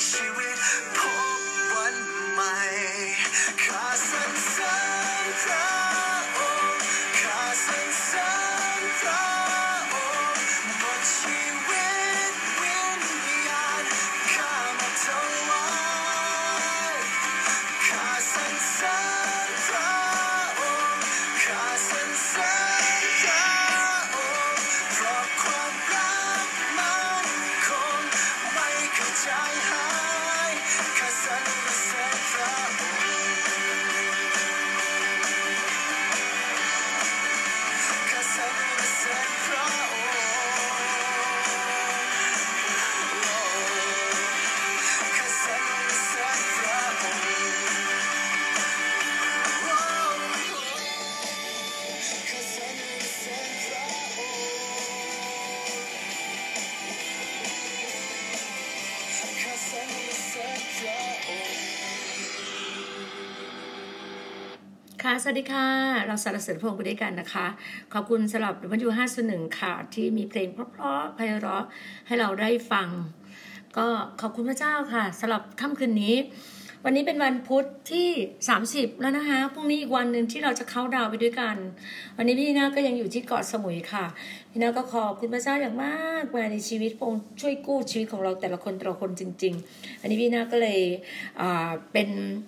ชีวิตพบวันใหม่ข้าสรรเสริญพระองค์ข้าสรรเสริญพระองค์หมดชีวิตวิญญาณข้ามาถวายข้าสรรเสริญพระองค์ข้าสรรเสริญพระองค์เพราะความรักมันคงไม่เข้าใจหายข้าสรรเสริญพระองค์ข้าสรรเสริญพระองค์ข้าสรรเสริญพระองค์ข้าสรรเสริญพระองค์ข้าสรรเสริญพระองค์ค่ะสวัสดีค่ะเราสรรเสริญพระองค์ไปด้วยกันนะคะขอบคุณสำหรับW501ค่ะที่มีเพลงเพราะๆไพเราะให้เราได้ฟังก็ขอบคุณพระเจ้าค่ะสำหรับค่ำคืนนี้วันนี้เป็นวันพุธที่30แล้วนะคะพรุ่งนี้อีกวันหนึ่งที่เราจะเข้าดาวน์ไปด้วยกันวันนี้พี่นาก็ยังอยู่ที่เกาะสมุยค่ะพี่นาก็ขอบคุณพระเจ้าอย่างมากมาในชีวิตพระองค์ช่วยกู้ชีวิตของเราแต่ละคนจริงๆอันนี้พี่นาก็เลยเป็น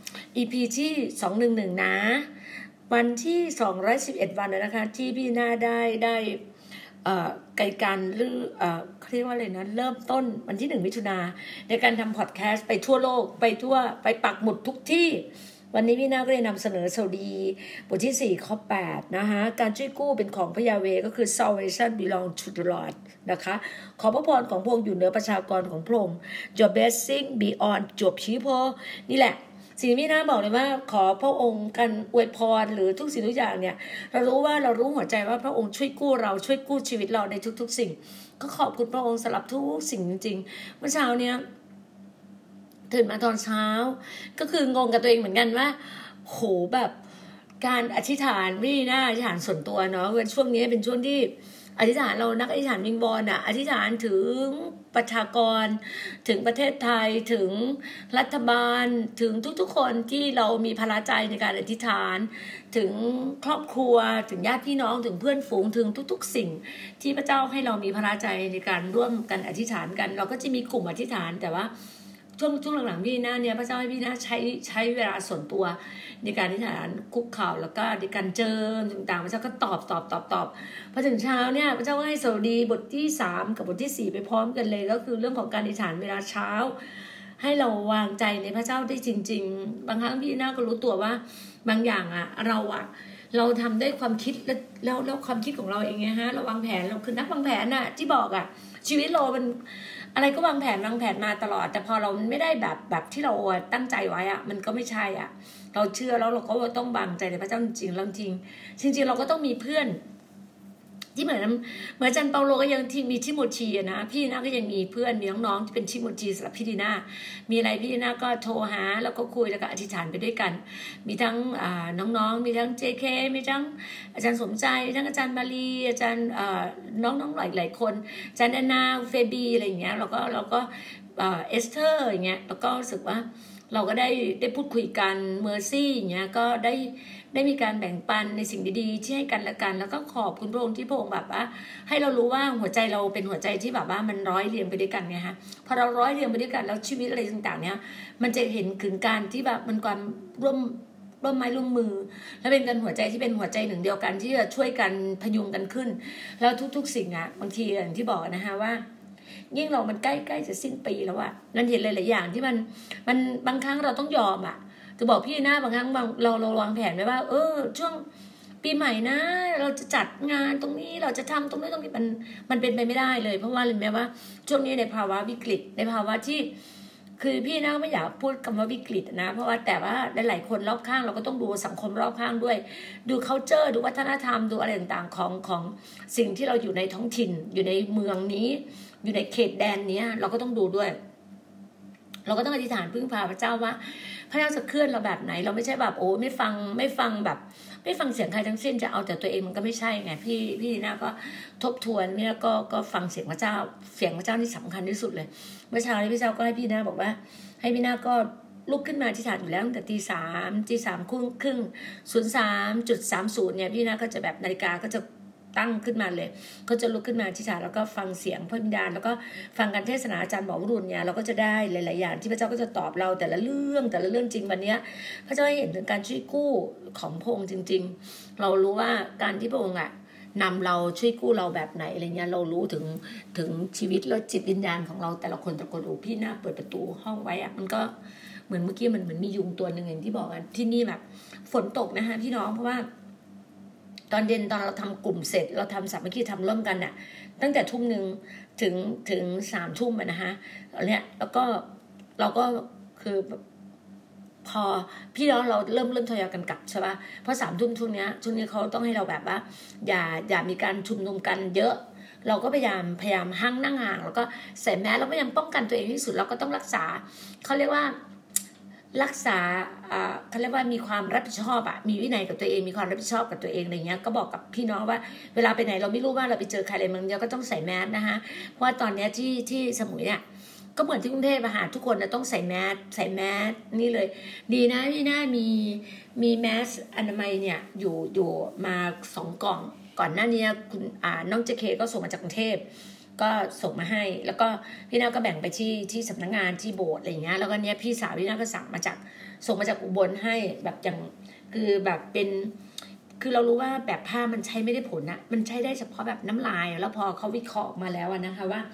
EP ที่211นะวันที่211วันแล้วนะคะที่พี่นาได้ไกลกันหรือเขาเรียกว่าอะไรนะเริ่มต้นวันที่1มิถุนาในการทำพอดแคสต์ไปทั่วโลกไปปักหมุดทุกที่วันนี้พี่นาก็เลยนำเสนอสดีบทที่4ข้อ8นะคะการช่วยกู้เป็นของพระยาเวห์ก็คือ salvation belong to the Lord นะคะขอพระพรของพระองค์อยู่เหนือประชากรของพระองค์ your blessing be on your people นี่แหละสิ่งที่พี่นาบอกเลยว่าขอพระองค์กันอวยพรหรือทุกสิ่งทุกอย่างเนี่ยเรารู้หัวใจว่าพระองค์ช่วยกู้เราช่วยกู้ชีวิตเราในทุกๆสิ่งก็ขอบคุณพระองค์สำหรับทุกสิ่งจริงๆเมื่อเช้าเนี้ยตื่นมาตอนเช้าก็คืองงกับตัวเองเหมือนกันว่าโหแบบการอธิษฐานไม่น่าอธิษฐานส่วนตัวเนาะช่วงนี้เป็นช่วงที่อธิษฐานเรานักอธิษฐานวิงบอลอธิษฐานถึงประชากรถึงประเทศไทยถึงรัฐบาลถึงทุกๆคนที่เรามีภาระใจในการอธิษฐานถึงครอบครัวถึงญาติพี่น้องถึงเพื่อนฝูงถึงทุกๆสิ่งที่พระเจ้าให้เรามีภาระใจในการร่วมกันอธิษฐานกันเราก็จะมีกลุ่มอธิษฐานแต่ว่าช่วงหลังๆพี่นาเนี่ยพระเจ้าให้พี่นาใช้เวลาส่วนตัวในการอธิษฐานคุกเข่าแล้วก็ในการเจิมต่างๆพระเจ้าก็ตอบพอถึงเช้าเนี่ยพระเจ้าก็ให้สดุดีบทที่3กับบทที่4ไปพร้อมกันเลยก็คือเรื่องของการอธิษฐานเวลาเช้าให้เราวางใจในพระเจ้าได้จริงๆบางครั้งพี่นาก็รู้ตัวว่าบางอย่างเราทำได้ความคิดแล้วความคิดของเราเองไงฮะเราวางแผนเราคือนักวางแผนที่บอกชีวิตเรามันอะไรก็วางแผนมาตลอดแต่พอเราไม่ได้แบบที่เราตั้งใจไว้มันก็ไม่ใช่เราเชื่อแล้วเราก็ต้องวางใจในพระเจ้าจริงๆแล้วจริงเราก็ต้องมีเพื่อนที่เหมือนอาจารย์เปาโลก็ยังมีทิโมธีนะพี่นาก็ยังมีเพื่อนมีน้องๆที่เป็นทิโมธีสำหรับพี่ดีนามีอะไรพี่ดีนาก็โทรหาแล้วก็คุยแล้วก็อธิษฐานไปด้วยกันมีทั้งน้องๆมีทั้ง JK มีทั้งอาจารย์สมใจทั้งอาจารย์มารีอาจารย์น้องๆหลายๆคนอาจารย์แอนนาเฟบีอะไรอย่างเงี้ยเราก็เอสเธอร์อย่างเงี้ยแล้วก็รู้สึกว่าเราก็ได้พูดคุยกันเมอร์ซี่อย่างเงี้ยก็ได้มีการแบ่งปันในสิ่งดีๆที่ให้กันและกันแล้วก็ขอบคุณพระองค์ที่พระองค์แบบว่าให้เรารู้ว่าหัวใจเราเป็นหัวใจที่แบบว่ามันร้อยเรียงไปด้วยกันไงฮะพอเราร้อยเรียงไปด้วยกันแล้วชีวิตอะไรต่างๆเนี้ยมันจะเห็นถึงการที่แบบมันความร่วมไม้ร่วมมือและเป็นกันหัวใจที่เป็นหัวใจหนึ่งเดียวกันที่จะช่วยกันพยุงกันขึ้นแล้วทุกๆสิ่งบางทีอย่างที่บอกนะฮะว่ายิ่งเรามันใกล้จะสิ้นปีแล้วนั่นเห็นหลายๆอย่างที่มันบางครั้งเราต้องยอมจะบอกพี่นะบางครั้งเราวางแผนไว้ว่าช่วงปีใหม่นะเราจะจัดงานตรงนี้เราจะทำตรงนี้มันเป็นไปไม่ได้เลยเพราะว่าเห็นไหมว่าช่วงนี้ในภาวะวิกฤตในภาวะที่คือพี่นะไม่อยากพูดคำว่าวิกฤตนะเพราะว่าแต่ว่าหลายๆคนรอบข้างเราก็ต้องดูสังคมรอบข้างด้วยดู culture ดูวัฒนธรรมดูอะไรต่างๆของสิ่งที่เราอยู่ในท้องถิ่นอยู่ในเมืองนี้อยู่ในเขตแดนนี้เราก็ต้องดูด้วยเราก็ต้องอธิษฐานพึ่งพาพระเจ้าว่าพระเจ้าจะเคลื่อนเราแบบไหนเราไม่ใช่แบบโอ้ไม่ฟังแบบไม่ฟังเสียงใครทั้งสิ้นจะเอาแต่ตัวเองมันก็ไม่ใช่ไงพี่น่าก็ทบทวนเนี่ยก็ฟังเสียงพระเจ้านี่สำคัญที่สุดเลยเมื่อเช้านี้พี่เจ้าก็ให้พี่นาบอกว่าให้พี่นาก็ลุกขึ้นมาอธิษฐานอยู่แล้วตั้งแต่ตีสามครึ่ง03.30เนี่ยพี่นาก็จะแบบนาฬิกาก็จะตั้งขึ้นมาเลยก็จะลุกขึ้นมาอธิษฐานแล้วก็ฟังเสียงพระบิดาแล้วก็ฟังการเทศนาอาจารย์หมอวรุณเนี่ยเราก็จะได้หลายๆอย่างที่พระเจ้าก็จะตอบเราแต่ละเรื่องจริงวันนี้พระเจ้าให้เห็นถึงการช่วยกู้ของพระองค์จริงๆเรารู้ว่าการที่พระองค์นำเราช่วยกู้เราแบบไหนอะไรเงี้ยเรารู้ถึงชีวิตและจิตวิญญาณของเราแต่ละคนพี่หน้าเปิดประตูห้องไว้มันก็เหมือนเมื่อกี้มันเหมือนมียุงตัวหนึ่งอย่างที่บอกกันที่นี่แบบฝนตกนะคะพี่น้องเพราะว่าตอนเย็นตอนเราทำกลุ่มเสร็จเราทำสามัคคีทำร่วมกันน่ะตั้งแต่ทุ่มนึงถึง3 ทุ่มนะคะเนี่ยแล้วก็เราก็คือพอพี่น้องเราเริ่มทยอยกันกลับใช่ป่ะเพราะ3 ทุ่มช่วงนี้เขาต้องให้เราแบบว่าอย่ามีการชุมนุมกันเยอะเราก็พยายามหั่งนั่งห่างแล้วก็ใส่แมสเราพยายามป้องกันตัวเองที่สุดเราก็ต้องรักษาเขาเรียกว่ารักษาเขาเรียกว่ามีความรับผิดชอบมีวินัยกับตัวเองมีความรับผิดชอบกับตัวเองอะไรเงี้ยก็บอกกับพี่น้องว่าเวลาไปไหนเราไม่รู้ว่าเราไปเจอใครอะไรบางอย่างก็ต้องใส่แมสนะคะเพราะว่าตอนนี้ที่สมุยเนี่ยก็เหมือนที่กรุงเทพทุกคนนะต้องใส่แมสนี่เลยดีนะพี่น่ามีแมสอนามัยเนี่ยอยู่มา2 กล่องก่อนหน้านี้คุณน้องเจเคก็ส่งมาจากกรุงเทพก็ส่งมาให้แล้วก็พี่นาก็แบ่งไปที่สำนักงานที่โบสถ์อะไรเงี้ยแล้วก็เนี้ยพี่สาวพี่นาก็ส่งมาจากอุบลให้แบบอย่างคือแบบเป็นคือเรารู้ว่าแบบผ้ามันใช้ไม่ได้ผลมันใช้ได้เฉพาะแบบน้ำลายแล้วพอเขาวิเคราะห์มาแล้วนะคะว่า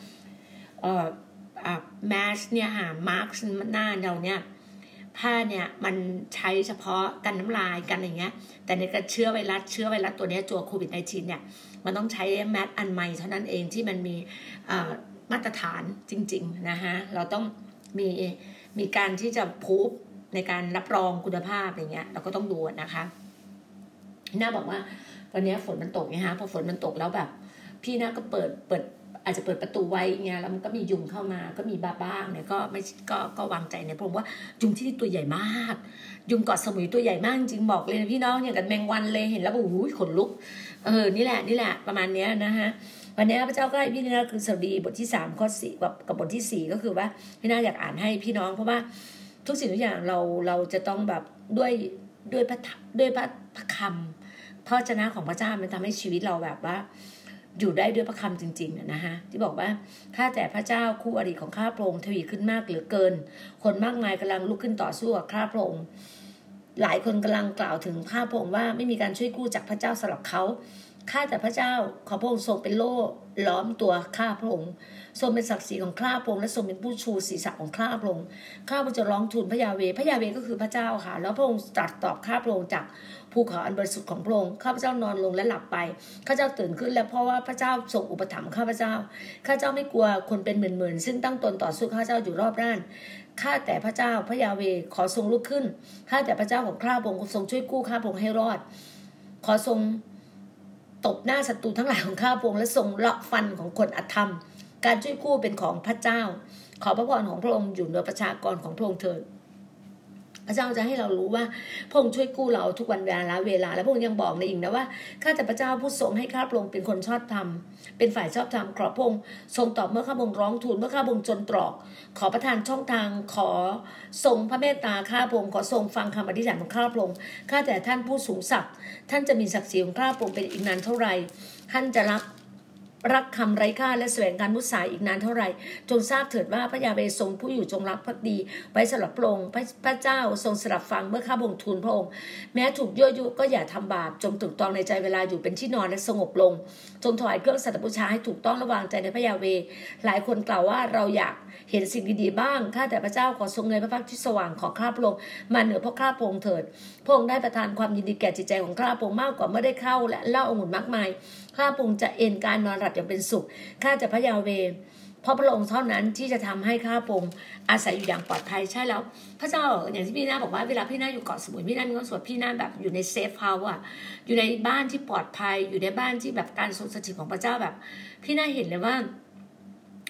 แมสเนี่ยมาร์คหน้าเราเนี่ยผ้าเนี่ยมันใช้เฉพาะกันน้ำลายกันอะไรเงี้ยแต่ในการเชื้อไวรัสตัวนี้ตัวโควิด -19 เนี่ยมันต้องใช้แมสอันใหม่เท่านั้นเองที่มันมีมาตรฐานจริงๆนะคะเราต้องมีการที่จะพูฟในการรับรองคุณภาพอะไรเงี้ยเราก็ต้องดูนะคะน่าบอกว่าวันนี้ฝนมันตกไงฮะพอฝนมันตกแล้วแบบพี่น่าก็เปิดอาจจะเปิดประตูไว้เงี้ยแล้วมันก็มียุงเข้ามาก็มีบ้างเนี่ยก็วางใจเนี่ยเพราะว่ายุงที่นี่ตัวใหญ่มากยุงเกาะสมุยตัวใหญ่มากจริงบอกเลยนะพี่น้องอย่างกับแมงวันเลยเห็นแล้วโอ้โหขนลุกนี่แหละประมาณนี้นะฮะวันนี้พระเจ้าก็ให้พี่นาคือสดีบทที่3 ข้อ 4กับบทที่4ก็คือว่าพี่นาอยากอ่านให้พี่น้องเพราะว่าทุกสิ่งทุกอย่างเราจะต้องแบบด้วยพระคำพระวจนะของพระเจ้ามันทำให้ชีวิตเราแบบว่าอยู่ได้ด้วยพระคำจริงๆนะฮะที่บอกว่าข้าแต่พระเจ้าคู่อริของข้าพระองค์ทวีขึ้นมากเหลือเกินคนมากมายกำลังลุกขึ้นต่อสู้กับข้าพระองค์หลายคนกำลังกล่าวถึงข้าพระองค์ว่าไม่มีการช่วยกู้จากพระเจ้าสำหรับเขาข้าแต่พระเจ้าขอพระองค์ทรงเป็นโล่ล้อมตัวข้าพระองค์ทรงเป็นศักดิ์ศรีของข้าพระองค์และทรงเป็นผู้ชูศีรษะของข้าพระองค์ข้าพระองค์จะร้องทูลพระยาเวก็คือพระเจ้าค่ะแล้วพระองค์ตรัสตอบข้าพระองค์จากภูเขาอันบริสุทธิ์ของพระองค์ข้าพเจ้านอนลงและหลับไปข้าพเจ้าตื่นขึ้นแล้วเพราะว่าพระเจ้าทรงอุปถัมภ์ข้าพเจ้าไม่กลัวคนเป็นหมื่นซึ่งตั้งตนต่อสู้ข้าพเจ้าอยู่รอบด้านข้าแต่พระเจ้าพระยาเวขอทรงลุกขึ้นข้าแต่พระเจ้าของข้าพระองค์ทรงช่วยกู้ข้าพระองค์ให้รอดขอทรงตบหน้าศัตรูทั้งหลายของข้าพระองค์และทรงเลาะฟันของคนอธรรมการช่วยกู้เป็นของพระเจ้าขอพระพรของพระองค์อยู่เหนือประชากรของพระองค์เถิดพระเจ้าจะให้เรารู้ว่าพระองค์ช่วยกู้เราทุกวันเวลาและพระองค์ยังบอกในอีกนะว่าข้าแต่พระเจ้าผู้ทรงให้ข้าพระองค์เป็นคนชอบธรรมเป็นฝ่ายชอบธรรมขอพระองค์ทรงตอบเมื่อข้าพระองค์ร้องทูลเมื่อข้าพระองค์จนตรอกขอประทานช่องทางขอทรงพระเมตตาข้าพระองค์ขอทรงฟังคำอธิษฐานของข้าพระองค์ข้าแต่ท่านผู้สูงศักดิ์ท่านจะมีศักดิ์ศรีของข้าพระองค์เป็นอีกนานเท่าไรท่านจะรักคำไร้ค่าและแสวงการมุสาอีกนานเท่าไหร่จงทราบเถิดว่าพระยาเวทรงผู้อยู่จงรักภักดีไว้สำหรับพระองค์พระเจ้าทรงสดับฟังเมื่อข้าพระองค์ทูลพระองค์แม้ถูกยั่วยุก็อย่าทำบาปจงตรึกตรองในใจเวลาอยู่เป็นที่นอนและสงบลงจงถวายเครื่องสัตย์บูชาให้ถูกต้องระวางใจในพระยาเวหลายคนกล่าวว่าเราอยากเห็นสิ่งดีๆบ้างข้าแต่พระเจ้าขอทรงเงยพระพักที่สว่างของข้าพระองค์มาเหนือพวกข้าพระองค์เถิดพระองค์ได้ประทานความยินดีแก่จิตใจของข้าพระองค์มากกว่าเมื่อได้เข้าและเล่าองุ่นมากมายข้าพระองค์จะเอนการนอนหลับอย่างเป็นสุขข้าแต่พระยาเวเพราะพระองค์เท่านั้นที่จะทำให้ข้าพระองค์อาศัยอยู่อย่างปลอดภัยใช่แล้วพระเจ้าอย่างที่พี่นาบอกว่าเวลาพี่นาอยู่เกาะสมุยพี่นามีความสุขพี่นาแบบอยู่ในเซฟเฮาส์อยู่ในบ้านที่ปลอดภัยอยู่ในบ้านที่แบบการทรงสถิตของพระเจ้าแบบพี่นาเห็นเลยว่า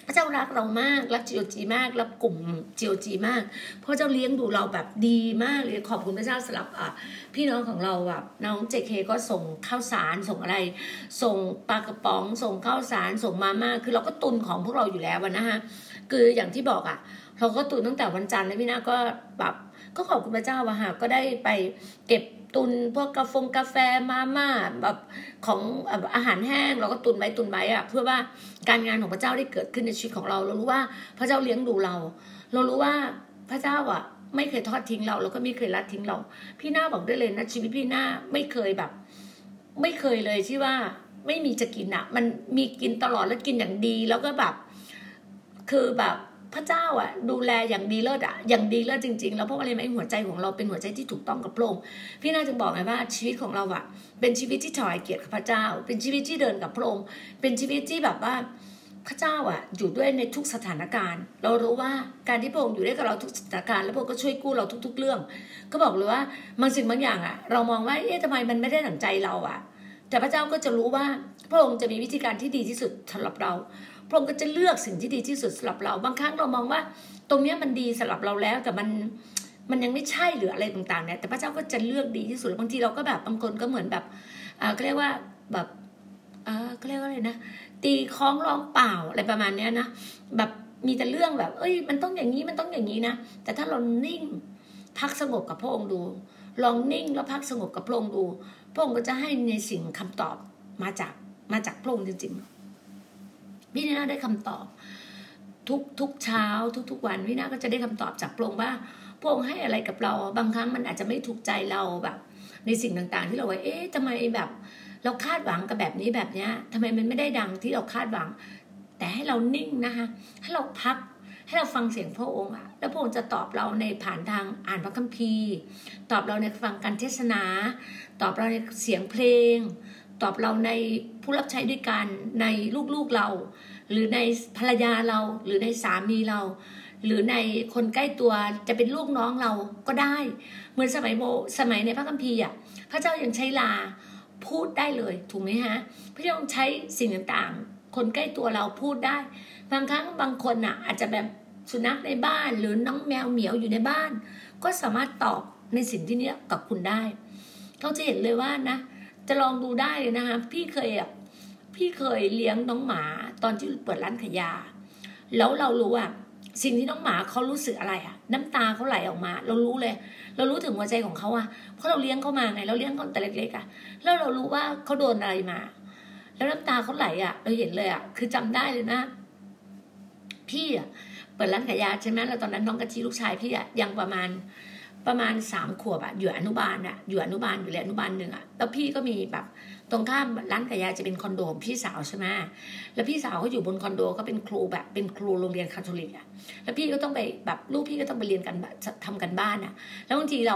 พระเจ้ารักเรามากรัก GOG มากรักกลุ่ม GOG มากเพราะเจ้าเลี้ยงดูเราแบบดีมากเลยขอบคุณพระเจ้าสำหรับพี่น้องของเราแบบน้อง JK ก็ส่งข้าวสารส่งอะไรส่งปลากระป๋องส่งข้าวสารส่งมาม่าคือเราก็ตุนของพวกเราอยู่แล้วนะฮะคืออย่างที่บอกเราก็ตุนตั้งแต่วันจันทร์แล้วพี่นาก็แบบก็ขอบคุณพระเจ้าก็ได้ไปเก็บตุนพวกกาแฟมาม่าแบบของอาหารแห้งเราก็ตุนไว้เพื่อว่าการงานของพระเจ้าได้เกิดขึ้นในชีวิตของเรารู้ว่าพระเจ้าเลี้ยงดูเรารู้ว่าพระเจ้าไม่เคยทอดทิ้งเราแล้วก็ไม่เคยละทิ้งเราพี่หน้าบอกได้เลยนะชีวิตพี่หน้าไม่เคยแบบไม่เคยเลยที่ว่าไม่มีจะกินมันมีกินตลอดแล้วกินอย่างดีแล้วก็แบบคือแบบพระเจ้าดูแลอย่างดีเลิศอย่างดีเลิศจริงๆแล้วเพราะอะไรไหมหัวใจของเราเป็นหัวใจที่ถูกต้องกับพระองค์พี่น่าจะบอกไงว่าชีวิตของเราเป็นชีวิตที่ถวายเกียรติกับพระเจ้าเป็นชีวิตที่เดินกับพระองค์เป็นชีวิตที่แบบว่าพระเจ้าอยู่ด้วยในทุกสถานการณ์เรารู้ว่าการที่พระองค์อยู่ด้วยกับเราทุกสถานการณ์แล้วพระองค์ก็ช่วยกู้เราทุกๆเรื่องก็บอกเลยว่าบางสิ่งบางอย่างเรามองว่าทำไมมันไม่ได้ดั่งใจเราแต่พระเจ้าก็จะรู้ว่าพระองค์จะมีวิธีการที่ดีที่สุดสำหรับเราพระองค์ก็จะเลือกสิ่งที่ดีที่สุดสำหรับเราบางครั้งเรามองว่าตรงนี้มันดีสำหรับเราแล้วแต่มันยังไม่ใช่หรืออะไรต่างๆเนี่ยแต่พระเจ้าก็จะเลือกดีที่สุดบางทีเราก็แบบบางคนก็เหมือนแบบเขาเรียกว่าแบบเขาเรียกว่าอะไรนะตีคล้องร้องเปล่าอะไรประมาณนี้นะแบบมีแต่เรื่องแบบมันต้องอย่างนี้มันต้องอย่างนี้นะแต่ถ้าเรานิ่งพักสงบกับพระองค์ดูลองนิ่งแล้วพักสงบกับพระองค์ดูพระองค์ก็จะให้ในสิ่งคำตอบมาจากพระองค์จริงๆพี่น่าได้คำตอบทุกเช้าทุกวันพี่น่าก็จะได้คำตอบจากพระองค์ว่าพระองค์ให้อะไรกับเราบางครั้งมันอาจจะไม่ถูกใจเราแบบในสิ่งต่างๆที่เราว่าทำไมแบบเราคาดหวังกับแบบนี้ทำไมมันไม่ได้ดังที่เราคาดหวังแต่ให้เรานิ่งนะคะให้เราพักให้เราฟังเสียงพระองค์แล้วพระองค์จะตอบเราในผ่านทางอ่านพระคัมภีร์ตอบเราในฟังการเทศนาตอบเราในเสียงเพลงตอบเราในผู้รับใช้ด้วยกันในลูกๆเราหรือในภรรยาเราหรือในสามีเราหรือในคนใกล้ตัวจะเป็นลูกน้องเราก็ได้เหมือนสมัยในพระคัมภีร์พระเจ้ายังใช้ลาพูดได้เลยถูกไหมฮะพระเจ้าใช้สิ่งต่างๆคนใกล้ตัวเราพูดได้บางครั้งบางคนอาจจะแบบสุนัขในบ้านหรือน้องแมวเหมียวอยู่ในบ้านก็สามารถตอบในสิ่งที่นี้กับคุณได้เราจะเห็นเลยว่านะจะลองดูได้เลยนะคะพี่เคยเลี้ยงน้องหมาตอนที่เปิดร้านขายยาแล้วเรารู้สิ่งที่น้องหมาเขารู้สึกอะไรน้ำตาเขาไหลออกมาเรารู้เลยเรารู้ถึงหัวใจของเขาเพราะเราเลี้ยงเขามาไงเราเลี้ยงเขาแต่เล็กๆแล้วเรารู้ว่าเขาโดนอะไรมาแล้วน้ำตาเขาไหลเราเห็นเลยคือจำได้เลยนะพี่เปิดร้านขายยาใช่ไหมแล้วตอนนั้นน้องกะทิลูกชายพี่ยังประมาณ3 ขวบอยู่อนุบาลอยู่อนุบาลอยู่เลยอนุบาล1แล้วพี่ก็มีแบบตรงข้ามร้านขายยาจะเป็นคอนโดพี่สาวใช่ไหมแล้วพี่สาวเขาอยู่บนคอนโดก็เป็นครูแบบเป็นครูโรงเรียนคาทอลิกแล้วพี่ก็ต้องไปแบบลูกพี่ก็ต้องไปเรียนกันทำกันบ้านแล้วบางทีเรา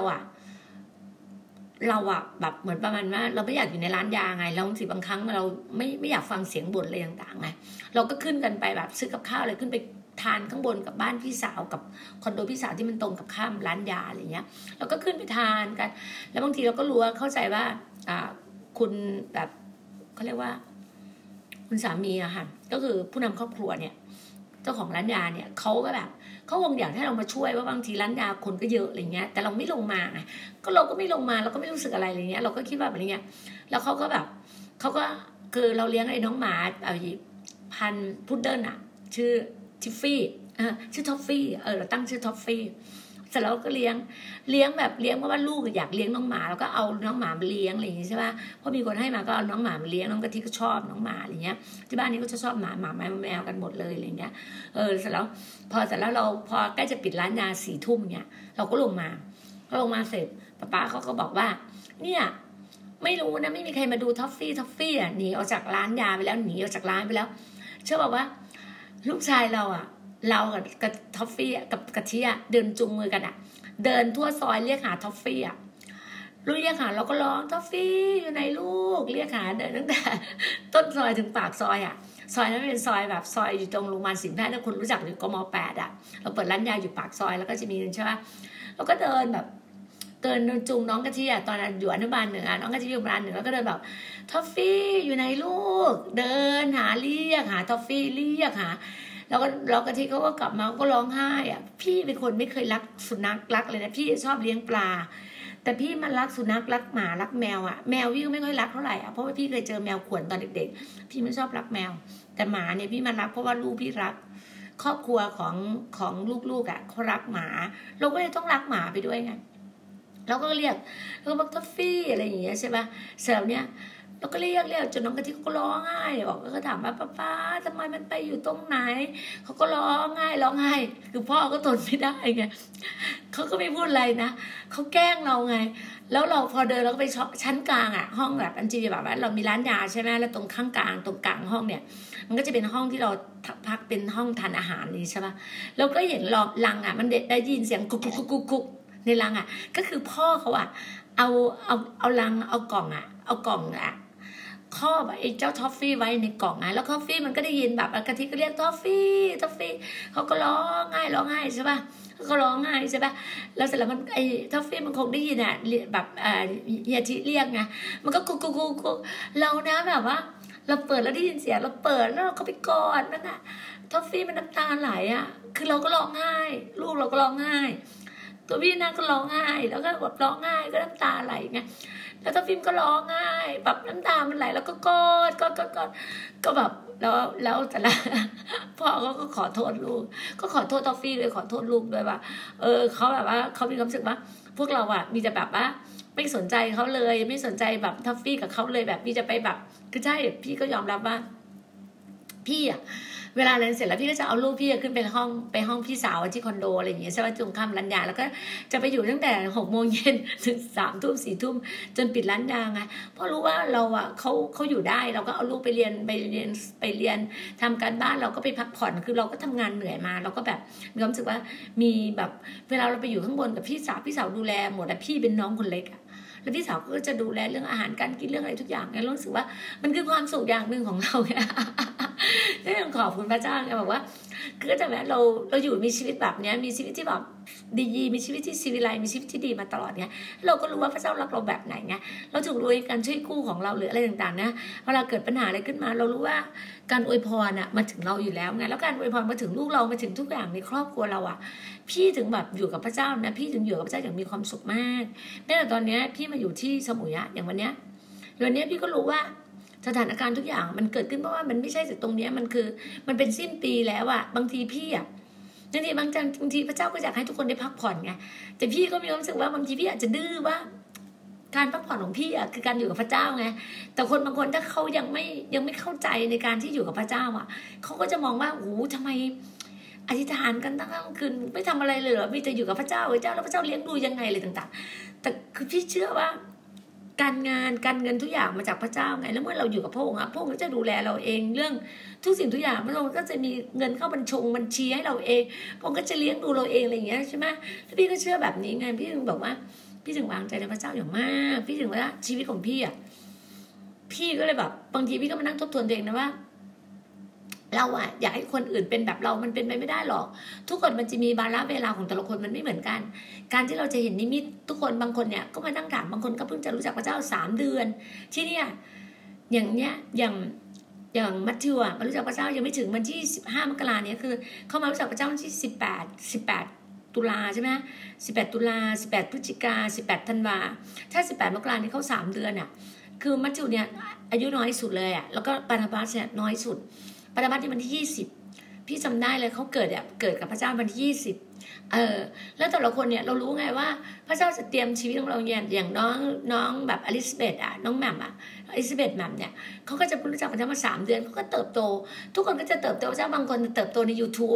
แบบเหมือนประมาณว่าเราไม่อยากอยู่ในร้านยาไงแล้วบางครั้งเราไม่อยากฟังเสียงบ่นอะไรต่างๆไงเราก็ขึ้นกันไปแบบซื้อกับข้าวอะไรขึ้นไปทานข้างบนกับบ้านพี่สาวกับคอนโดพี่สาวที่มันตรงกับข้ามร้านยาอะไรเงี้ยเราก็ขึ้นไปทานกันแล้วบางทีเราก็รู้ว่าเข้าใจว่าคุณแบบเขาเรียกว่าคุณสามีค่ะก็คือผู้นำครอบครัวเนี่ยเจ้าของร้านยาเนี่ยเขาก็แบบเขาคงอยากให้เรามาช่วยว่าบางทีร้านยาคนก็เยอะอะไรเงี้ยแต่เราไม่ลงมาไงก็เราก็ไม่ลงมาเราก็ไม่รู้สึกอะไรอะไรเงี้ยเราก็คิดว่าแบบนี้แล้วเขาก็แบบเขาก็คือเราเลี้ยงไอ้น้องหมาพันธุ์พุดเดิ้ลชื่อทิฟฟี่ชื่อท็อฟฟี่เราตั้งชื่อท็อฟฟี่เสร็จแล้วก็เลี้ยงแบบเลี้ยงเพราะว่าลูกอยากเลี้ยงน้องหมาแล้วก็เอาน้องหมามาเลี้ยงอะไรอย่างงี้ใช่ป่ะพอมีคนให้มาก็เอาน้องหมามาเลี้ยงน้องกะทิก็ชอบน้องหมาอะไรเงี้ยที่บ้านนี้ก็จะชอบหมาแมวกันหมดเลยอะไรเงี้ยเสร็จแล้วพอใกล้จะปิดร้านยา4 ทุ่มเงี้ยเราก็ลงมาเสร็จป้าเขาก็บอกว่าเนี่ยไม่รู้นะไม่มีใครมาดูท็อฟฟี่หนีออกจากร้านยาไปแล้วหนีออกจากร้านไปแล้วเชื่อบอกว่าลูกชายเรากับท็อฟฟี่กับกะทิเดินจุงมือกันเดินทั่วซอยเรียกหาท็อฟฟี่ลูกเรียกหาเราก็ร้องท็อฟฟี่อยู่ไหนลูกเรียกหาเดินตั้งแต่ต้นซอยถึงปากซอยซอยนั้นเป็นซอยแบบซอยอยู่ตรงโรงพยาบาลสินแพทย์ถ้าคุณรู้จักอยู่กม8เราเปิดร้านยาอยู่ปากซอยแล้วก็จะมีใช่ไหมเราก็เดินแบบเดินจูงน้องกะทิตอนนั้นอยู่อนุบาล1น้องกะทิอยู่อนุบาล1แล้วก็เดินแบบท็อฟฟี่อยู่ไหนลูกเดินหาเรียกหาท็อฟฟี่เรียกหาแล้วกะทิเขาก็กลับมาก็ร้องไห้อ่ะพี่เป็นคนไม่เคยรักสุนัขรักเลยนะพี่ชอบเลี้ยงปลาแต่พี่มันรักสุนัขรักหมารักแมวอ่ะแมวพี่ก็ไม่ค่อยรักเท่าไหร่อ่ะเพราะว่าพี่เคยเจอแมวข่วนตอนเด็กๆพี่ไม่ชอบรักแมวแต่หมาเนี่ยพี่มันรักเพราะว่าลูกพี่รักครอบครัวของลูกๆอ่ะเขารักหมาเราก็เลยต้องรักหมาไปด้วยไงเราก็เรียกแล้วก็บอกท็อฟฟี่อะไรอย่างเงี้ยใช่ป่ะเสร็จแล้วเนี่ยเราก็เรียกจนน้องกะทิก็ร้องไห้บอกก็ถามว่าป้าทำไมมันไปอยู่ตรงไหนเขาก็ร้องไห้คือพ่อก็ทนไม่ได้ไงเขาก็ไม่พูดอะไรนะเขาแกล้งเราไงแล้วเราพอเดินเราก็ไปชั้นกลางอ่ะห้องแบบอันจีแบบว่าเรามีร้านยาใช่ไหมแล้วตรงข้างกลางตรงกลางห้องเนี่ยมันก็จะเป็นห้องที่เราพักเป็นห้องทานอาหารนี่ใช่ป่ะเราก็เห็นลังอ่ะมันได้ยินเสียงกุกในรังอ่ะก็คือพ่อเขาอ่ะเอาลังเอากล่องอ่ะครอบไอ้เจ้าทอฟฟี่ไว้ในกล่องอ่ะแล้วทอฟฟี่มันก็ได้ยินแบบกะทิก็เรียกทอฟฟี่เขาก็ร้องไห้ใช่ป่ะเขาร้องไห้ใช่ป่ะแล้วเสร็จแล้วมันไอ้ทอฟฟี่มันคงได้ยินอ่ะแบบเฮียทิเรียกไงมันก็กุกเรานะแบบว่าเราเปิดแล้วได้ยินเสียงเราเปิดแล้วเราก็ไปกอดมันอ่ะทอฟฟี่มันน้ำตาไหลอ่ะคือเราก็ร้องไห้ลูกเราก็ร้องไห้ตัวพี่น่าก็ร้องไห้แล้วก็แบบร้องไห้ก็น้ำตาไหลไงแล้วถ้าฟิล์มก็ร้องไห้แบบน้ำตามันไหลแล้วก็กอดก็แบบแล้วแต่ละพ่อก็ขอโทษลูกก็ขอโทษทอฟฟี่เลยขอโทษลูกด้วยว่าเขาแบบว่าเขามีความรู้สึกว่าพวกเราอะมีแต่แบบว่าไม่สนใจเขาเลยไม่สนใจแบบทอฟฟี่กับเขาเลยแบบมีจะไปแบบคือใช่พี่ก็ยอมรับว่าพี่อะเวลาเรียนเสร็จแล้วพี่ก็จะเอาลูกพี่ขึ้นไปห้องพี่สาวที่คอนโดอะไรอย่างเงี้ยใช่ไหมจุงค่ำร้านยาแล้วก็จะไปอยู่ตั้งแต่6 โมงเย็นถึง3 ทุ่ม4 ทุ่มจนปิดร้านยาไงเพราะรู้ว่าเราอ่ะเขาอยู่ได้เราก็เอาลูกไปเรียนทำการบ้านเราก็ไปพักผ่อนคือเราก็ทำงานเหนื่อยมาเราก็แบบมีความรู้สึกว่ามีแบบเวลาเราไปอยู่ข้างบนกับพี่สาวดูแลหมดแต่พี่เป็นน้องคนเล็กอ่ะแล้วพี่สาวก็จะดูแลเรื่องอาหารการกินเรื่องอะไรทุกอย่างไงรู้สึกว่ามันคือความสุขอย่างหนึ่งของเราไงก็ยังขอบคุณพระเจ้าไงบอกว่าคือแต่แบบเราอยู่มีชีวิตแบบนี้มีชีวิตที่แบบดีมีชีวิตที่ชีวิไลมีชีวิตที่ดีมาตลอดไงเราก็รู้ว่าพระเจ้ารักเราแบบไหนไงเราถึงรู้การช่วยกู้ของเราหรืออะไรต่างๆนะเวลาเกิดปัญหาอะไรขึ้นมาเรารู้ว่าการอวยพรอ่ะมาถึงเราอยู่แล้วไงแล้วการอวยพรมาถึงลูกเรามาถึงทุกอย่างในครอบครัวเราอ่ะพี่ถึงแบบอยู่กับพระเจ้านะพี่ถึงอยู่กับพระเจ้าอย่างมีความสุขมากแม้แต่ตอนนี้พี่มาอยู่ที่สมุยอะอย่างวันเนี้ยพี่ก็รู้ว่าสถานการณ์ทุกอย่างมันเกิดขึ้นเพราะว่ามันไม่ใช่จากตรงนี้มันคือมันเป็นสิ้นปีแล้วอะบางทีพี่อะบางทีพระเจ้าก็อยากให้ทุกคนได้พักผ่อนไงแต่พี่ก็มีความรู้สึกว่าบางทีพี่อาจจะดื้อว่าการพักผ่อนของพี่อะคือการอยู่กับพระเจ้าไงแต่คนบางคนถ้าเขายังไม่เข้าใจในการที่อยู่กับพระเจ้าอะเขาก็จะมองว่าโอ้ทำไมอธิษฐานกันตั้งคืนไม่ทำอะไรเลยเหรอมีแต่อยู่กับพระเจ้าแล้วพระเจ้าเลี้ยงดูยังไงอะไรต่างๆแต่คือพี่เชื่อว่าการงานการเงินทุกอย่างมาจากพระเจ้าไงแล้วเมื่อเราอยู่กับพระองค์พระองค์ก็จะดูแลเราเองเรื่องทุกสิ่งทุกอย่างพระองค์ก็จะมีเงินเข้าบัญชีให้เราเองพระองค์ก็จะเลี้ยงดูเราเองอะไรอย่างเงี้ยใช่ไหมแล้วพี่ก็เชื่อแบบนี้ไงพี่ถึงบอกว่าพี่ถึงวางใจในพระเจ้าอย่างมากพี่ถึงว่าชีวิตของพี่อ่ะพี่ก็เลยแบบบางทีพี่ก็มานั่งทบทวนตัวเองนะว่าเราอะอยากให้คนอื่นเป็นแบบเรามันเป็นไปไม่ได้หรอกทุกคนมันจะมีบาระเวลาของแต่ละคนมันไม่เหมือนกันการที่เราจะเห็นนิมิตทุกคนบางคนเนี่ยก็มานั่งถามบางคนก็เพิ่งจะรู้จักพระเจ้า3 เดือนที่เนี่ยอย่างเนี้ยอย่างมัทธิวอะมารู้จักพระเจ้ายังไม่ถึงวันที่15 มกราเนี่ยคือเขามารู้จักพระเจ้าวันที่18 ตุลาใช่ไหม18 ตุลา18 พฤศจิกา18 ธันวาถ้า18 มกราเนี่ยเขา3 เดือนอะคือมัทธิวเนี่ยอายุน้อยสุดเลยอะแล้วก็บานาบาสเนี่ยน้อยสุดปฐมที่วันที่20พี่จำได้เลยเขาเกิดกับพระเจ้าวันที่20แล้วแต่ละคนเนี่ยเรารู้ไงว่าพระเจ้าจะเตรียมชีวิตของเราอย่างน้องแบบอลิซาเบธน้องแหม่มอลิซาเบธแหม่มเนี่ยเขาก็จะรู้จักพระเจ้ามา3 เดือนเขาก็เติบโตทุกคนก็จะเติบโตพระเจ้าบางคนเติบโตใน YouTube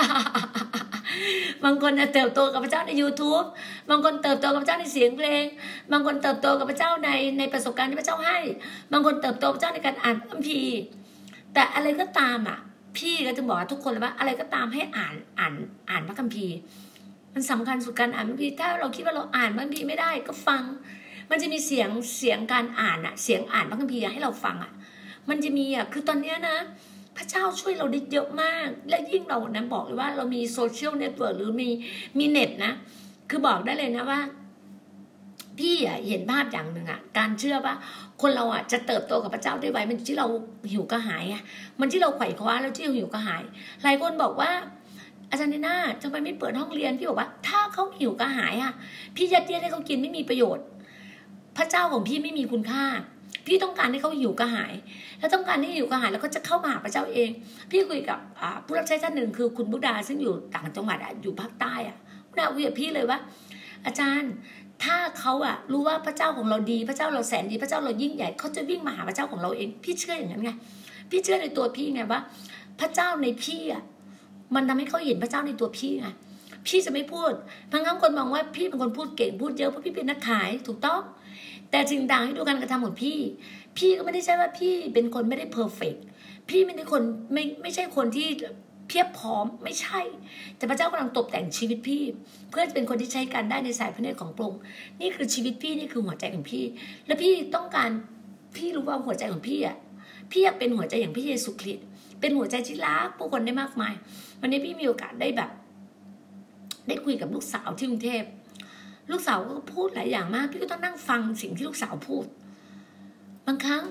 บางคนเติบโตกับพระเจ้าใน YouTube บางคนเติบโตกับพระเจ้าในเสียงเพลงบางคนเติบโตกับพระเจ้าในประสบการณ์ที่พระเจ้าให้บางคนเติบโตกับพระเจ้าในการอ่านคัมภีร์แต่อะไรก็ตามพี่ก็จะบอกทุกคนเลยว่าอะไรก็ตามให้อ่านพระคัมภีร์มันสำคัญสุดการอ่านพระคัมภีร์ถ้าเราคิดว่าเราอ่านพระคัมภีร์ไม่ได้ก็ฟังมันจะมีเสียงการอ่านเสียงอ่านพระคัมภีร์ให้เราฟังมันจะมีคือตอนนี้นะพระเจ้าช่วยเราได้เยอะมากและยิ่งเรานะบอกเลยว่าเรามีโซเชียลเน็ตเวิร์กหรือมีเน็ตนะคือบอกได้เลยนะว่าพี่เห็นภาพอย่างหนึ่งการเชื่อว่าคนเราจะเติบโตกับพระเจ้าได้ไวมันที่เราหิวกระหายมันที่เราไขว่คว้าแล้วที่เราหิวกระหายหลายคนบอกว่าอาจารย์นีน่าทำไมไม่เปิดห้องเรียนพี่บอกว่าถ้าเขาหิวกระหายพี่ยัดเยียดให้เขากินไม่มีประโยชน์พระเจ้าของพี่ไม่มีคุณค่าพี่ต้องการให้เขาหิวกระหายแล้วต้องการให้หิวกระหายแล้วก็จะเข้ามาหาพระเจ้าเองพี่คุยกับผู้รับใช้ท่านหนึ่งคือคุณบุดาซึ่งอยู่ต่างจังหวัดอยู่ภาคใต้บุดาคุยกับพี่เลยว่าอาจารย์ถ้าเขารู้ว่าพระเจ้าของเราดีพระเจ้าเราแสนดีพระเจ้าเรายิ่งใหญ่เขาจะวิ่งมาหาพระเจ้าของเราเองพี่เชื่ออย่างนั้นไงพี่เชื่อในตัวพี่ไงว่าพระเจ้าในพี่มันทำให้เขาเห็นพระเจ้าในตัวพี่ไงพี่จะไม่พูดบางครั้งคนมองว่าพี่เป็นคนพูดเก่งพูดเยอะเพราะพี่เป็นนักขายถูกต้องแต่สิ่งต่างให้ดูการกระทำของพี่ก็ไม่ได้ใช่ว่าพี่เป็นคนไม่ได้เพอร์เฟกต์พี่ไม่ได้คนไม่ใช่คนที่เพียบพร้อมไม่ใช่แต่พระเจ้ากำลังตกแต่งชีวิตพี่เพื่อจะเป็นคนที่ใช้การได้ในสายพระเนตรของพระองค์นี่คือชีวิตพี่นี่คือหัวใจของพี่และพี่ต้องการพี่รู้ว่าหัวใจของพี่พี่อยากเป็นหัวใจอย่างพระเยซูคริสต์เป็นหัวใจที่รักผู้คนได้มากมายวันนี้พี่มีโอกาสได้แบบได้คุยกับลูกสาวที่กรุงเทพลูกสาวก็พูดหลายอย่างมากพี่ก็ต้องนั่งฟังสิ่งที่ลูกสาวพูดบางครั้ง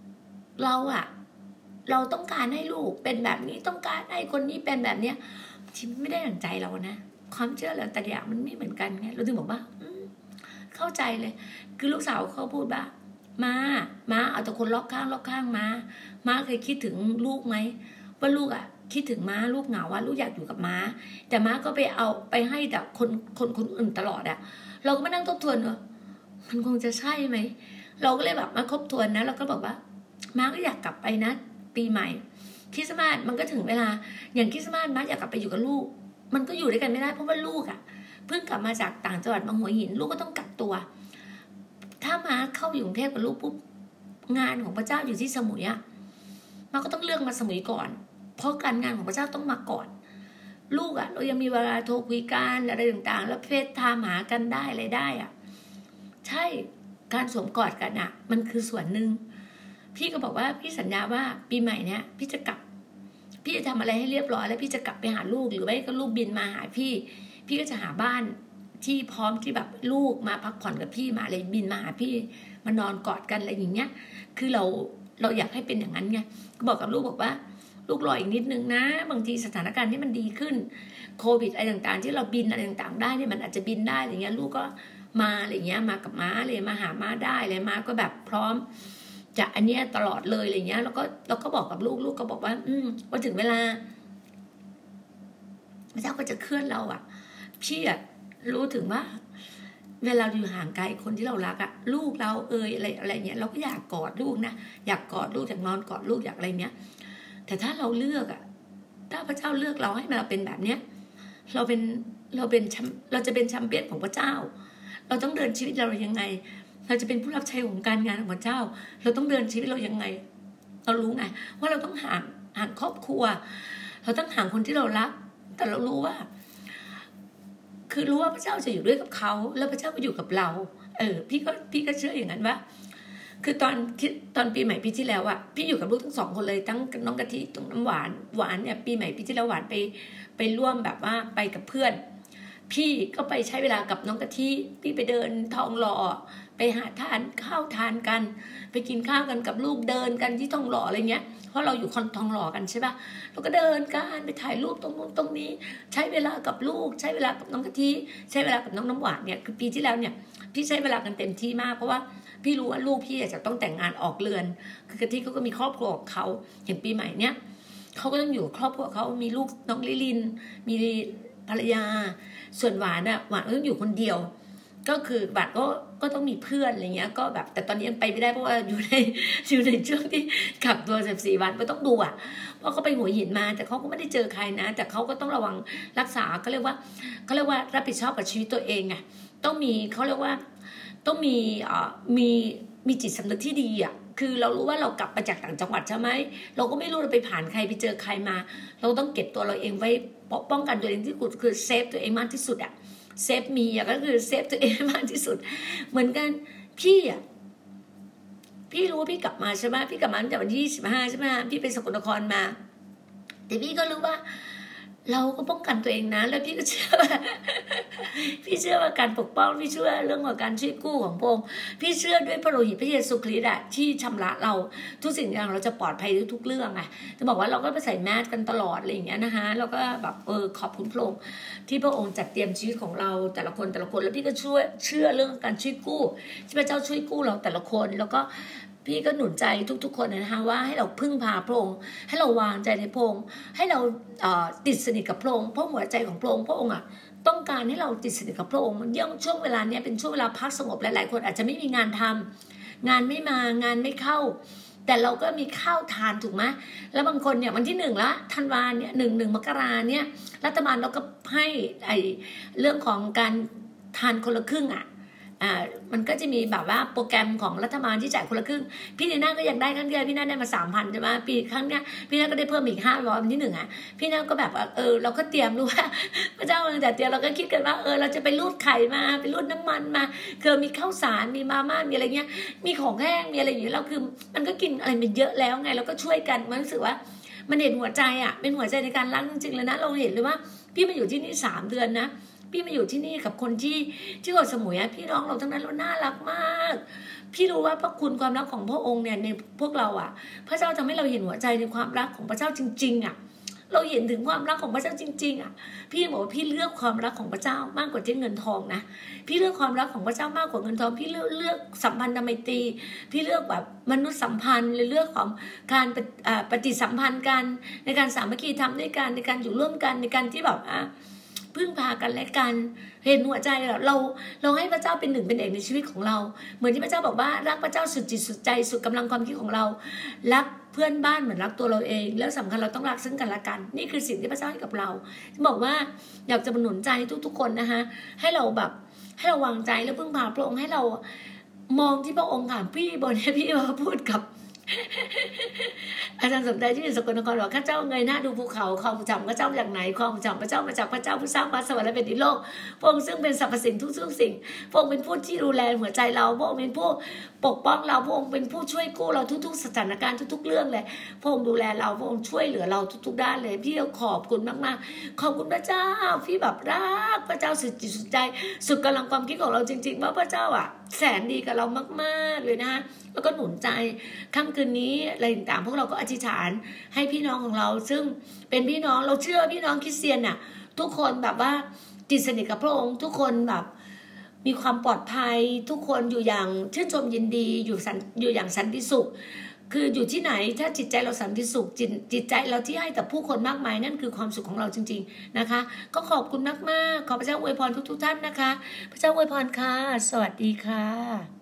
เราต้องการให้ลูกเป็นแบบนี้ต้องการให้คนนี้เป็นแบบเนี้ยที่ไม่ได้ดั่งใจเรานะความเชื่อเราแต่ละอย่างมันไม่เหมือนกันไงเราถึงบอกว่าเข้าใจเลยคือลูกสาวเขาพูดว่ามาเอาแต่คนรอบข้างมาเคยคิดถึงลูกไหมว่าลูกคิดถึงม้าลูกเหงาว่าลูกอยากอยู่กับม้าแต่ม้าก็ไปให้แต่คนอื่นตลอดเราก็มานั่งทบทวนว่ามันคงจะใช่ไหมเราก็เลยแบบมาทบทวนนะเราก็บอกว่าม้าก็อยากกลับไปนะปีใหม่คริสต์มาสมันก็ถึงเวลาอย่างคริสต์มาสม้าอยากกลับไปอยู่กับลูกมันก็อยู่ด้วยกันไม่ได้เพราะว่าลูกเพิ่งกลับมาจากต่างจังหวัดมาหัวหินลูกก็ต้องกักตัวถ้าม้าเข้าอยู่กรุงเทพกับลูกปุ๊บงานของพระเจ้าอยู่ที่สมุยม้าก็ต้องเลือกมาสมุยก่อนเพราะการงานของพระเจ้าต้องมาก่อนลูกเรายังมีเวลาโทรคุยกันอะไรต่างๆแล้วเฟซไทม์หากันได้อะไรได้ใช่การสวมกอดกันมันคือส่วนหนึ่งพี่ก็บอกว่าพี่สัญญาว่าปีใหม่เนี้ยพี่จะกลับพี่จะทำอะไรให้เรียบร้อยแล้วพี่จะกลับไปหาลูกหรือไม่ก็ลูกบินมาหาพี่ก็จะหาบ้านที่พร้อมที่แบบลูกมาพักผ่อนกับพี่มาอะไรบินมาหาพี่มานอนกอดกันอะไรอย่างเงี้ยคือเราอยากให้เป็นอย่างนั้นไงก็บอกกับลูกบอกว่าลูกรออีกนิดนึงนะบางทีสถานการณ์ที่มันดีขึ้นโควิดอะไรต่างๆที่เราบินอะไรต่างๆได้เนี่ยมันอาจจะบินได้อะไรเงี้ยลูกก็มาอะไรเงี้ยมากับม้าเลยมาหาม้าได้เลยม้าก็แบบพร้อมจะอันเนี้ยตลอดเลยอะไรเงี้ยเราก็บอกกับลูกก็บอกว่าว่าถึงเวลาพระเจ้าก็จะเคลื่อนเราพี่รู้ถึงว่าเวลาอยู่ห่างไกลคนที่เรารักลูกเราอะไรเงี้ยเราก็อยากกอดลูกนะอยากกอดลูกอยากนอนกอดลูกอยากอะไรเงี้ยแต่ถ้าเราเลือกถ้าพระเจ้าเลือกเราให้เราเป็นแบบเนี้ยเราจะเป็นแชมเปี้ยนของพระเจ้าเราต้องเดินชีวิตเรายังไงเราจะเป็นผู้รับใช้ของการงานของพระเจ้าเราต้องเดินชีวิตเรายังไงเรารู้ไงว่าเราต้องห่างครอบครัวเราต้องห่างคนที่เรารักแต่เรารู้ว่าคือรู้ว่าพระเจ้าจะอยู่ด้วยกับเขาแล้วพระเจ้าก็อยู่กับเราพี่ก็เชื่ออย่างนั้นว่าคือตอนปีใหม่ปีที่แล้วพี่อยู่กับลูกทั้ง2คนเลยทั้งน้องกะทิตรงน้ำหวานเนี่ยปีใหม่ปีที่แล้วหวานไปร่วมแบบว่าไปกับเพื่อนพี่ก็ไปใช้เวลากับน้องกะทิพี่ไปเดินทองหล่อไปหาทานข้าวทานกันไปกินข้าวกันกับลูกเดินกันที่ทองหล่ออะไรเงี้ยเพราะเราอยู่ทองหล่อกันใช่ป่ะเราก็เดินกันไปถ่ายรูปตรงนู้นตรงนี้ใช้เวลากับลูกใช้เวลากับน้องกะทิใช้เวลากับน้องน้ำหวานเนี่ยคือปีที่แล้วเนี่ยพี่ใช้เวลากันเต็มที่มากเพราะว่าพี่รู้ว่าลูกพี่จะต้องแต่งงานออกเรือนคือกะทิเขาก็มีครอบครัวของเขาอย่างปีใหม่เนี่ยเขาก็ต้องอยู่ครอบครัวเขามีลูกน้องลิลินมีภรรยาส่วนหวานก็ต้องอยู่คนเดียวก็คือหวานก็ต้องมีเพื่อนอะไรเงี้ยก็แบบแต่ตอนนี้ยังไปไม่ได้เพราะว่าอยู่ในช่วงที่กักตัว14 วันก็ต้องดูเพราะเขาไปหัวหินมาแต่เขาก็ไม่ได้เจอใครนะแต่เขาก็ต้องระวังรักษาเขาเรียกว่ารับผิดชอบกับชีวิตตัวเองไงต้องมีเขาเรียกว่าต้องมีจิตสำนึกที่ดีคือเรารู้ว่าเรากลับมาจากต่างจังหวัดใช่ไหมเราก็ไม่รู้เราไปผ่านใครไปเจอใครมาเราต้องเก็บตัวเราเองไว้ป้องกันตัวเองที่สุดคือเซฟตัวเองมากที่สุดเซฟมีก็คือเซฟตัวเองมากที่สุดเหมือนกันพี่รู้ว่าพี่กลับมาใช่ไหมพี่กลับมาตั้งแต่วันที่25ใช่ไหมพี่ไปสกลนครมาแต่พี่ก็รู้ว่าเราก็ป้องกันตัวเองนะแล้วพี่ก็เชื่อว่า พี่เชื่อว่าการปกป้องพี่เชื่อเรื่องของการช่วยกู้ของพระองค์พี่เชื่อด้วยพระโลหิตพระเยซูคริสต์ที่ชำระเราทุกสิ่งอย่างเราจะปลอดภัยทุกเรื่องจะบอกว่าเราก็ไปใส่แมสกันตลอดอะไรอย่างเงี้ยนะคะแล้วก็แบบขอบคุณพระองค์ที่พระองค์จัดเตรียมชีวิตของเราแต่ละคนแล้วพี่ก็เชื่อเรื่องการช่วยกู้ที่พระเจ้าช่วยกู้เราแต่ละคนแล้วก็พี่ก็หนุนใจทุกคนนะคะว่าให้เราพึ่งพาพระองค์ให้เราวางใจในพระองค์ให้เราติดสนิทกับพระองค์เพราะหัวใจของพระองค์ต้องการให้เราติดสนิทกับพระองค์มันยังช่วงเวลานี้เป็นช่วงเวลาพักสงบหลายๆคนอาจจะไม่มีงานทำงานไม่มางานไม่เข้าแต่เราก็มีข้าวทานถูกไหมแล้วบางคนเนี่ยวันที่1ละธันวาเนี่ย1 มกราเนี่ยรัฐบาลเราก็ให้เรื่องของการทานคนละครึ่งมันก็จะมีแบบว่าโปรแกรมของรัฐบาลที่จ่ายคนละครึ่งพี่นีน่าก็ยังได้ครั้งเดียวพี่น่าได้มา 3,000 ใช่ไหมปีครั้งเนี้ยพี่น่าก็ได้เพิ่มอีก500วันที่1พี่น่าก็แบบเราก็เตรียมรู้ว่าพระเจ้าแต่เตรียมเราก็คิดกันว่าเราจะไปรูดไข่มาไปรูดน้ำมันมาคือมีข้าวสารมีมาม่ามีอะไรเงี้ยมีของแห้งมีอะไรอย่างเงี้ยเราคือมันก็กินอะไรมันเยอะแล้วไงเราก็ช่วยกันมันรู้สึกว่ามันเห็นหัวใจเป็นหัวใจในการรักจริงๆเลยนะเราเห็นเลยว่าพี่มาอยู่ที่นี่3 เดือนนะพี่มาอยู่ที่นี่กับคนที่เกาะสมุยพี่น้องเราทั้งนั้นเราน่ารักมากพี่รู้ว่าพระคุณความรักของพระองค์เนี่ยในพวกเราพระเจ้าทำให้เราเห็นหัวใจในความรักของพระเจ้าจริงๆเราเห็นถึงความรักของพระเจ้าจริงๆพี่บอกว่าพี่เลือกความรักของพระเจ้ามากกว่าที่เงินทองนะพี่เลือกความรักของพระเจ้ามากกว่าเงินทองพี่เลือกสัมพันธไมตรีพี่เลือกแบบมนุษยสัมพันธ์หรือเลือกของการปฏิสัมพันธ์กันในการสามัคคีทำด้วยกันในการอยู่ร่วมกันในการที่แบบพึ่งพากันและกันเห็นหัวใจเราให้พระเจ้าเป็นหนึ่งเป็นเอกในชีวิตของเราเหมือนที่พระเจ้าบอกว่ารักพระเจ้าสุดจิตสุดใจสุดกำลังความคิดของเรารักเพื่อนบ้านเหมือนรักตัวเราเองแล้วสำคัญเราต้องรักซึ่งกันและกันนี่คือสิ่งที่พระเจ้าให้กับเราบอกว่าอยากจะหนุนใจทุกคนนะคะให้เราแบบให้เราวางใจแล้วพึ่งพาพระองค์ให้เรามองที่พระองค์ค่ะพี่บนให้พี่มาพูดกับอาจารย์สมใจที่อยู่สกลนครบอกข้าเจ้าเงยหน้าดูภูเขาความจำข้าเจ้าจากไหนความจำพระเจ้ามาจากพระเจ้าผู้สร้างฟ้าสวรรค์และแผ่นดินโลกพระองค์ซึ่งเป็นสรรพสิ่งทุกสิ่งพระองค์เป็นผู้ที่ดูแลหัวใจเราพระองค์เป็นผู้ปกป้องเราพระองค์เป็นผู้ช่วยกู้เราทุกๆสถานการณ์ทุกๆเรื่องเลยพระองค์ดูแลเราพระองค์ช่วยเหลือเราทุกๆด้านเลยพี่ขอบคุณมากๆขอบคุณพระเจ้าพี่แบบรักพระเจ้าสุดจิตสุดใจสุดกำลังความคิดของเราจริงๆว่าพระเจ้าแสนดีกับเรามากๆเลยนะคะแล้วก็หนุนใจค่ำคืนนี้อะไรต่างๆพวกเราก็อธิษฐานให้พี่น้องของเราซึ่งเป็นพี่น้องเราเชื่อพี่น้องคริสเตียนทุกคนแบบว่าติดสนิทกับพระองค์ทุกคนแบบมีความปลอดภัยทุกคนอยู่อย่างชื่นชมยินดีอยู่อย่างสันติสุขคืออยู่ที่ไหนถ้าจิตใจเราสันติสุขจิตใจเราที่ให้แต่ผู้คนมากมายนั่นคือความสุขของเราจริงๆนะคะก็ขอบคุณมากๆขอพระเจ้าอวยพรทุกท่านนะคะพระเจ้าอวยพรค่ะสวัสดีค่ะ